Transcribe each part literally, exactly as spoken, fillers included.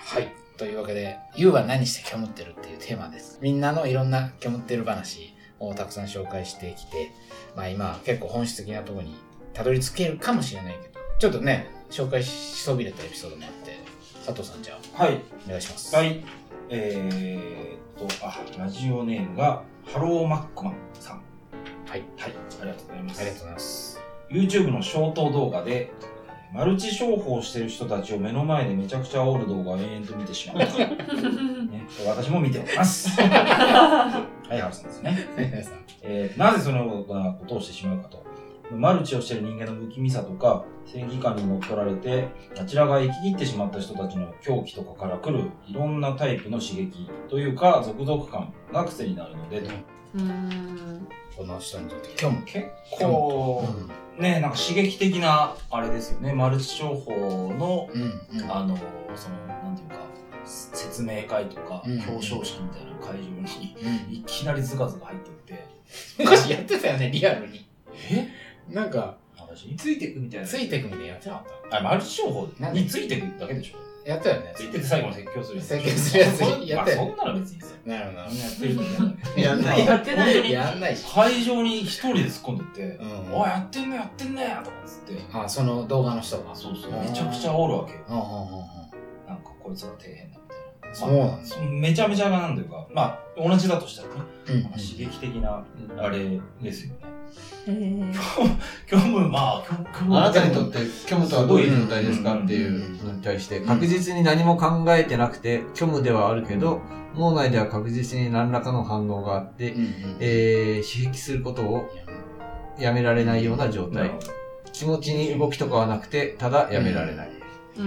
はい。というわけで、ユウは何して虚無ってるっていうテーマです。みんなのいろんな虚無ってる話をたくさん紹介してきて、まあ今結構本質的なところにたどり着けるかもしれないけど、ちょっとね、紹介しそびれたエピソードもあって、佐藤さんじゃあ、はい。お願いします。 はい。えーっと、あ、ラジオネームが、ハローマックマンさん。はい。はい。ありがとうございます。 ありがとうございます。 YouTube のショート動画で、マルチ商法してる人たちを目の前でめちゃくちゃ煽る動画を延々と見てしまった、ね、私も見ておりますはい原さんですねえー、なぜそのようなことをしてしまうかと、マルチをしている人間の不気味さとか正義感に乗っ取られてあちらが生き切ってしまった人たちの狂気とかから来るいろんなタイプの刺激というか続々感が癖になるのでと。 うーん、 この人にとって今日も結構ね、なんか刺激的なあれですよね。マルチ商法の、うんうん、あのそのなんていうか説明会とか、うん、表彰式みたいな会場に、うん、いきなりズカズカ入ってって、 昔やってたよね、リアルに。 え？ なんかついてくみたいな。 ついてくみたいなやってなかった？ あ、マルチ商法についてくだけでしょ。 やったよね。 ついてて最後の説教するやつ。 説教するやつやったよ。 そんなの別にさ。 なるほど。 やってる人やんない。 やんない。 やってない。 やんないし。 会場に一人で突っ込んでって、 うん、 おい、やってんねやってんねとかつって。 あ、その動画の人が。 そうそう。めちゃくちゃおるわけよ。 うんうんうん。 なんかこいつが底辺だみたいな。 そうなんですよ。めちゃめちゃなんていうか、まあ、同じだとしたらね、うん、刺激的な、あれですよね。虚無、まあ、虚無。 あなたにとって虚無とはどういう状態ですかっていうのに対して、確実に何も考えてなくて、虚無ではあるけど、脳内では確実に何らかの反応があって、えー、刺激することをやめられないような状態。気持ちに動きとかはなくて、ただやめられない。 うん、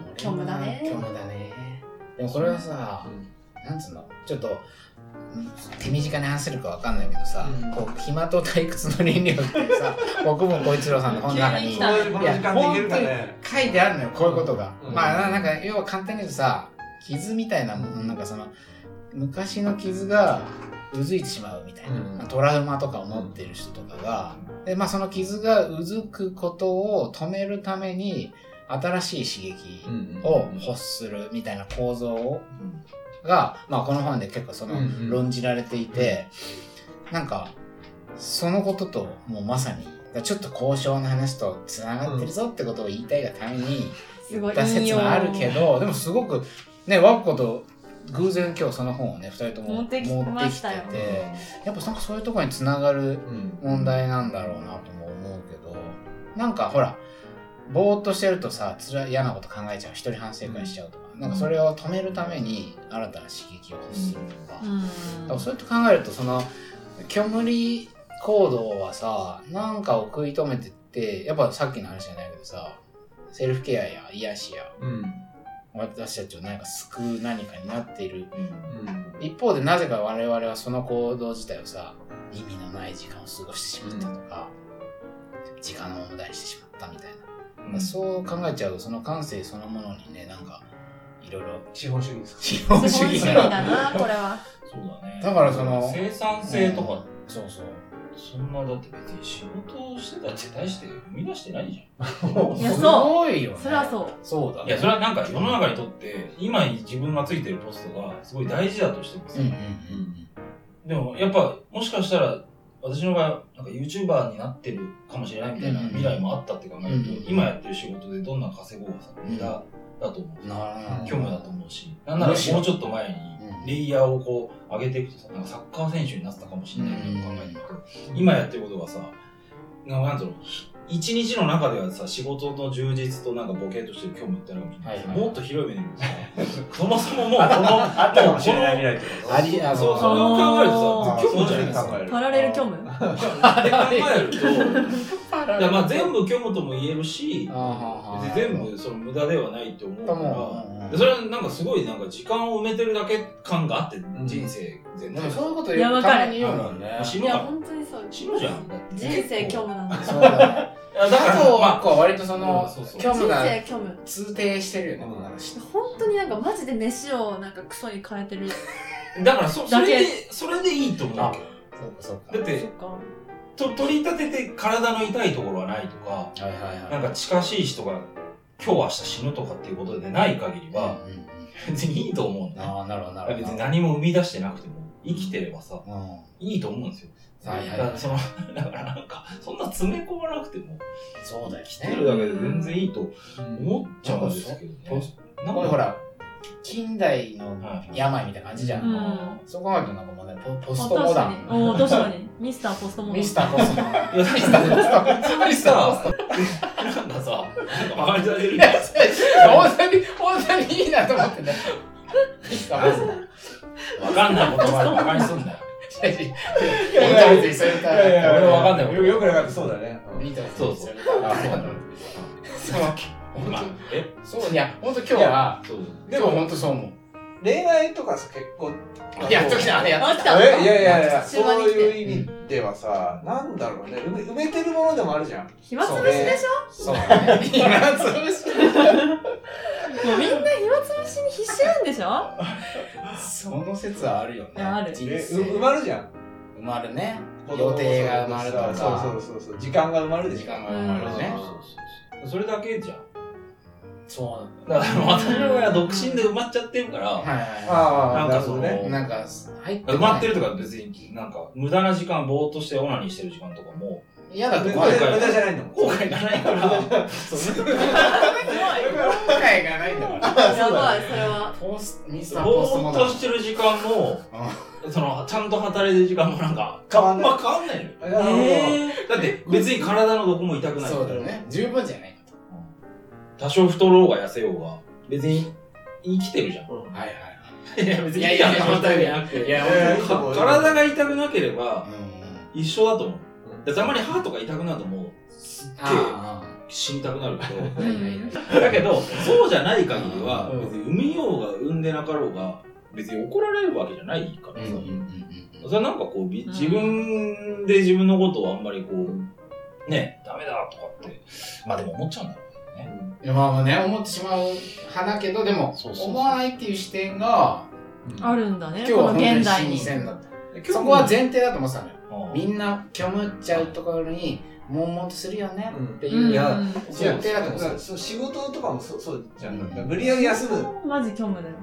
虚無だね。 虚無だね。でもこれはさ、なんつうの、ちょっと、手短に話せるかわかんないけどさ、うん、こう暇と退屈の倫理学ってさ、国分光一郎さんの本の中に、いや、本当に書いてあるのよ、こういうことが。うん、まあ、なんか、要は簡単に言うとさ、傷みたいなもの、なんかその、昔の傷がうずいてしまうみたいな、うん、トラウマとかを持ってる人とかが、で、まあその傷がうずくことを止めるために、新しい刺激を欲するみたいな構造を、うんが、まあこの本で結構その論じられていて、うんうん、なんかそのことともうまさにちょっと交渉の話とつながってるぞってことを言いたいがために言った説はあるけど、でもすごくね、ワッコと偶然今日その本をねふたりとも持ってきてて、やっぱなんかそういうところにつながる問題なんだろうなとも思うけど、なんかほらぼーっとしてるとさ、つら嫌なこと考えちゃう、一人反省会しちゃうとか、なんかそれを止めるために新たな刺激を欲するとか、うん、だからそうやって考えるとその虚無理行動はさ、なんかを食い止めてって、やっぱさっきの話じゃないけどさ、セルフケアや癒しや、うん、私たちを何か救う何かになっている、うんうん、一方でなぜか我々はその行動自体をさ、意味のない時間を過ごしてしまったとか、うん、時間を無駄にしてしまったみたいな、うん、そう考えちゃうとその感性そのものにね、なんかいろいろ資本主義ですか。 資本主義だなこれは。 そうだね。 だからその生産性とか、うん、 そうそう。 そんなだって別に仕事をしてたって大して生み出してないじゃん。いや、そう。 すごいよね。 それはそう。 そうだね。 いや、それはなんか世の中にとって今自分がついてるポストがすごい大事だとしてもさ、うんうんうん、でもやっぱもしかしたら私の場合はなんか YouTuber になってるかもしれないみたいな未来もあったって考えると、うんうん、今やってる仕事でどんな稼ごうがさ、無駄だと思う。虚無だと思うし、なんならもうちょっと前にレイヤーをこう上げていくとさ、なんかサッカー選手になってたかもしれないみたいな考えてると、今やってることがさ、なんていうの、一日の中ではさ、仕事の充実となんかボケとしてる虚無ってあるかもしれない、はいはい、もっと広い目で見るとさ、そもそももうこのあったかもしれない未来ってことありあそう、それを考えるとさ、虚無じゃないですか。 パラレル虚無って考えると、いやまあ全部虚無とも言えるし、全部その無駄ではないって思うから、それはなんかすごいなんか時間を埋めてるだけ感があって、人生全体、 うん、そういうこと言うたまに言うもんね。 死ぬいや本当にそう。 死ぬじゃん。 人生虚無なんだ。 そうだね。だからまあ割とその虚無な通底してるよね。 本当になんかマジで飯をなんかクソに変えてる。 だからそそれでそれでいいと思うけど。 そうかそうか。 だってと取り立てて体の痛いところはないとか、はいはいはい、なんか近しい人が今日明日死ぬとかっていうことでない限りは、うんうん、 別にいいと思うんだよ。 ああ、なるほど、なるほど。 別に何も生み出してなくても、生きてればさ、 うん。 いいと思うんですよ。 はいはいだからその、だからなんか、そんな詰め込まなくても、 そうだよね。 生きてるだけで全然いいと思っちゃうんですけどね。 これほら、近代の病みたいな感じじゃん。 うん。 そう考えるとなんかもうね、ポポストモダン。 おお、確かに。ミスターポストモダン。 ミスターポストモダン。 いや、ミスターポスト。ミスター。なんかさ、なんかバカにされてるみたいな。 本当に、本当にいいなと思ってね。ミスターポストモダン。 わかんない言葉でバカにすんだよ。 いやいや別にそれかいやいや俺わかんないよくなかった、そうだね。 いいと思そうそう。 そう。 まあ、えそういや、本当今日は、でも本当そう思う。 恋愛とかさ、結婚。 やっときた、あれやっときた。 えいやいやいや、 終そう盤に来ていう意味ではさ、なんだろうね、埋め埋めてるものでもあるじゃん。 暇つぶしでしそうだね。暇つぶし。 ょ。もうみんな暇つぶしに必死なんでしょ。 その説はあるよね。 あるえ、 人生う埋まるじゃん。 埋まるね。予定が埋まるとか。 そうそうそうそう。時間が埋まるでしょ。 時間が埋まるね。 それだけじゃん。 そうだから私の場合は独身で埋まっちゃってるから、 はいはい。 ああ、 なんかそのなるほどね。 なんか、入って埋まってるとか別になんか無駄な時間、ぼーっとしてオナニーしてる時間とかも、 嫌だと無怖いから。 駄じゃないの。 後悔がないから、 すごい。 後悔がないんだから。 やばい、それは。 ポスミスターポストぼモダン。 ーっとしてる時間も、その、ちゃんと働いてる時間もなんか、 変わんないまあ変わんないのよ。 なるほど。 えだって別に体のどこも痛くない。 そうだよね。十分じゃないかと。 多少太ろうが痩せようが、別に生きてるじゃん。 はいはいいや別にいやいやいや反対じゃなくて、 いやえーか体が痛くなければはい。 一緒だと思う。でたまに歯とか痛くなるともうすっげえあ死にたくなるけど、 あ。はいはいはい。 だけどそうじゃない限りはうん別に産みようが産んでなかろうが別に怒られるわけじゃないからさ。 うんうんうんそれはなんかこうび自分で自分のことをあんまりこうねダメだとかってまあでも思っちゃうんだろうね。 いやまあまあね、思ってしまう派だけど、でも、 そうそうそう思わないっていう視点が、 あるんだね、 今日はこの本当に新現代に。 鮮だった。 そそこは前提だと思ってたのよ。 うんみんな、虚無っちゃうところに、悶々とするよねってうんいう。 いやうん前提だと思ってた。 そう仕事とかもそうそうじゃん。 うん無理やり休む。 マジ虚無だよ。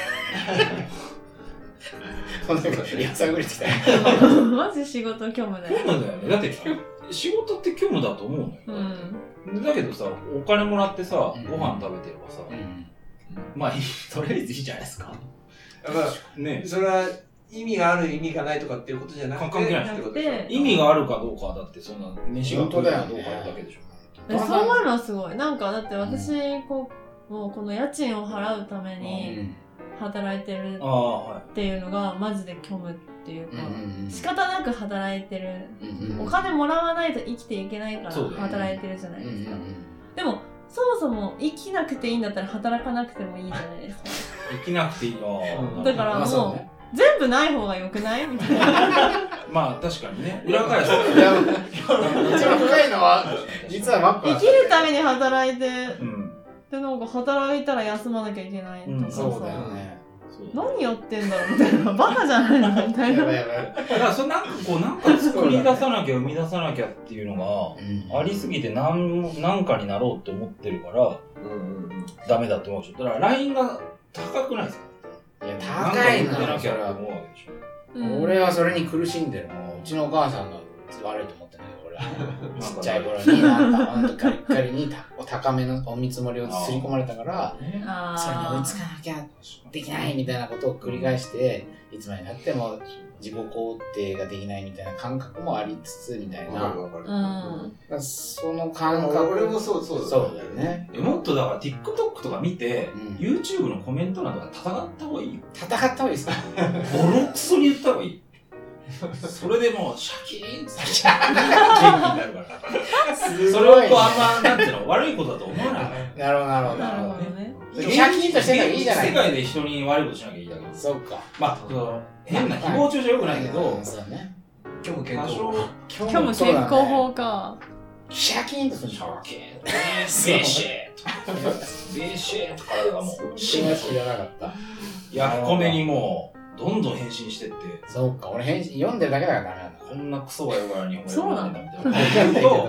そんなことやさぐれてきたよ。 マジ仕事虚無だよ。 虚無だよね。だって仕事って虚無だと思うのよ。 うん。 だけどさ、お金もらってさ、 うんご飯食べてればさ、 うんまあいい、とりあえずいいじゃないですか。 だからねそれは意味がある意味がないとかっていうことじゃなくて関係ないってことでしょなくて意味があるかどうかはだってそんな飯が食うかどうかだけでしょ。 えそう思うのはすごい。なんかだって私、こう、もうこの家賃を払うためうにん働いてるああ、はっていうのがマジで虚無っていうか、 うん仕方なく働いてる。 うんお金もらわないと生きていけないからそうだよね働いてるじゃないうんですか。でも、そもそも生きなくていいんだったら働かなくてもいいじゃないですか。 い。生きなくていい。ああ、 だからまあそうね全部ない方が良くないみたいな。 まあ確かにね、裏返すと。 いや一番深いのは、実はマック生きるために働いて、 うん。 で、なんか働いたら休まなきゃいけないとかさ、 そうだよね。 そう何やってんだろうみたいな。バカじゃないのみたいな。 やばいやばい。 だからそれなんかこう、なんか作り出さなきゃ生み出さなきゃっていうのうんがありすぎてなんなんかになろうって思ってるからうんうんうんダメだって思うでしょ。だからラインが高くないですか？ いや、高いなんかな、 なきゃってそれは。 思うわけでしょ。 うん俺はそれに苦しんでる。もううちのお母さんが悪いと思ってない。俺は。ちっちゃい頃に、なんか、ほんとカリッカリにたお高めのお見積もりをすり込まれたから、 あそれに追いーつかなきゃできないみたいなことを繰り返して、いつまでになっても自己肯定ができないみたいな感覚もありつつみたいな。 わかるわかる。 うん。 だからそのあ感覚。 俺もそうそうそうだよね。 えもっとだから TikTok とか見て、 うん YouTube のコメント欄とか戦った方がいいよ。 戦った方がいいですか？ ボロクソに言った方がいい。それでもうシャキーンって元気になるから。それをこうあんまなんていうの悪いことだと思わない。 なるほど、なるほど。 なるほどね。 ね。 シャキーンとしてたらいいじゃない世界で人に悪いことしなきゃいいだけど。 そっか。 まあ、その変な誹謗中傷は良くないけど、 そうだね。 虚無健康。 多少、 今今日も健康法か。 シャキーンとするんでしょ。 シャキーン、ビシッ、ビシッと体がもう、 知ら知らなかった。 やっこめにもう、どんどん変身してって、 そうか、俺返信読んでるだけだからダメなんだ。 こんなクソがよから日本語そうなんだみたいな。と、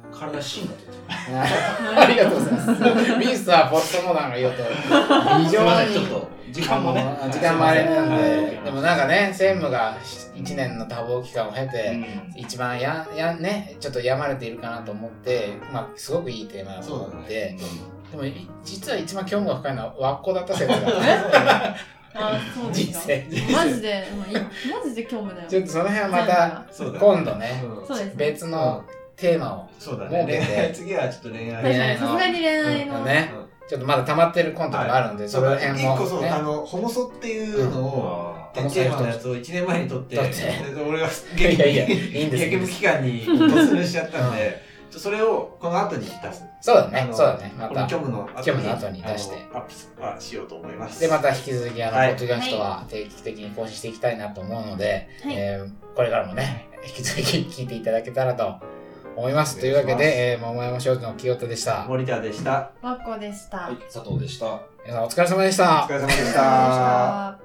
体芯が出てる。 ありがとうございますミスターポストモダンが言うと非常にちょっと時間もね時間もあれなんで、でもなんかね専務がいちねんの多忙期間を経て、うん、一番ややねちょっと病まれているかなと思って、まあすごごくいいテーマだと思って、でも実は一番興味が深いのは和光だった説があ、そうですか。マジで、マジで興味だよ。 ちょっとその辺はまた今度ね、別のテーマを設けて、 次はちょっと恋愛。 恋愛の。さすがに恋愛のね。ちょっとまだ溜まってるコントがあるんで、その辺も。 一個そう、あの、ホモソっていうのを、テーマのやつをいちねんまえに撮って、俺がいやいや、いいんです激務期間に突入しちゃったんで、それをこの後に出す。 そうだね、そうだね。また、 虚無の後に出して、 アップしようと思います。 で、また引き続き、あの、ポッドキャストは定期的に更新していきたいなと思うので、これからもね、引き続き聞いていただけたらと思います。というわけで、えー、桃山商事の清田でした。 森田でした。 わっこでした。 はい、佐藤でした。 皆さんお疲れ様でした。 お疲れ様でした。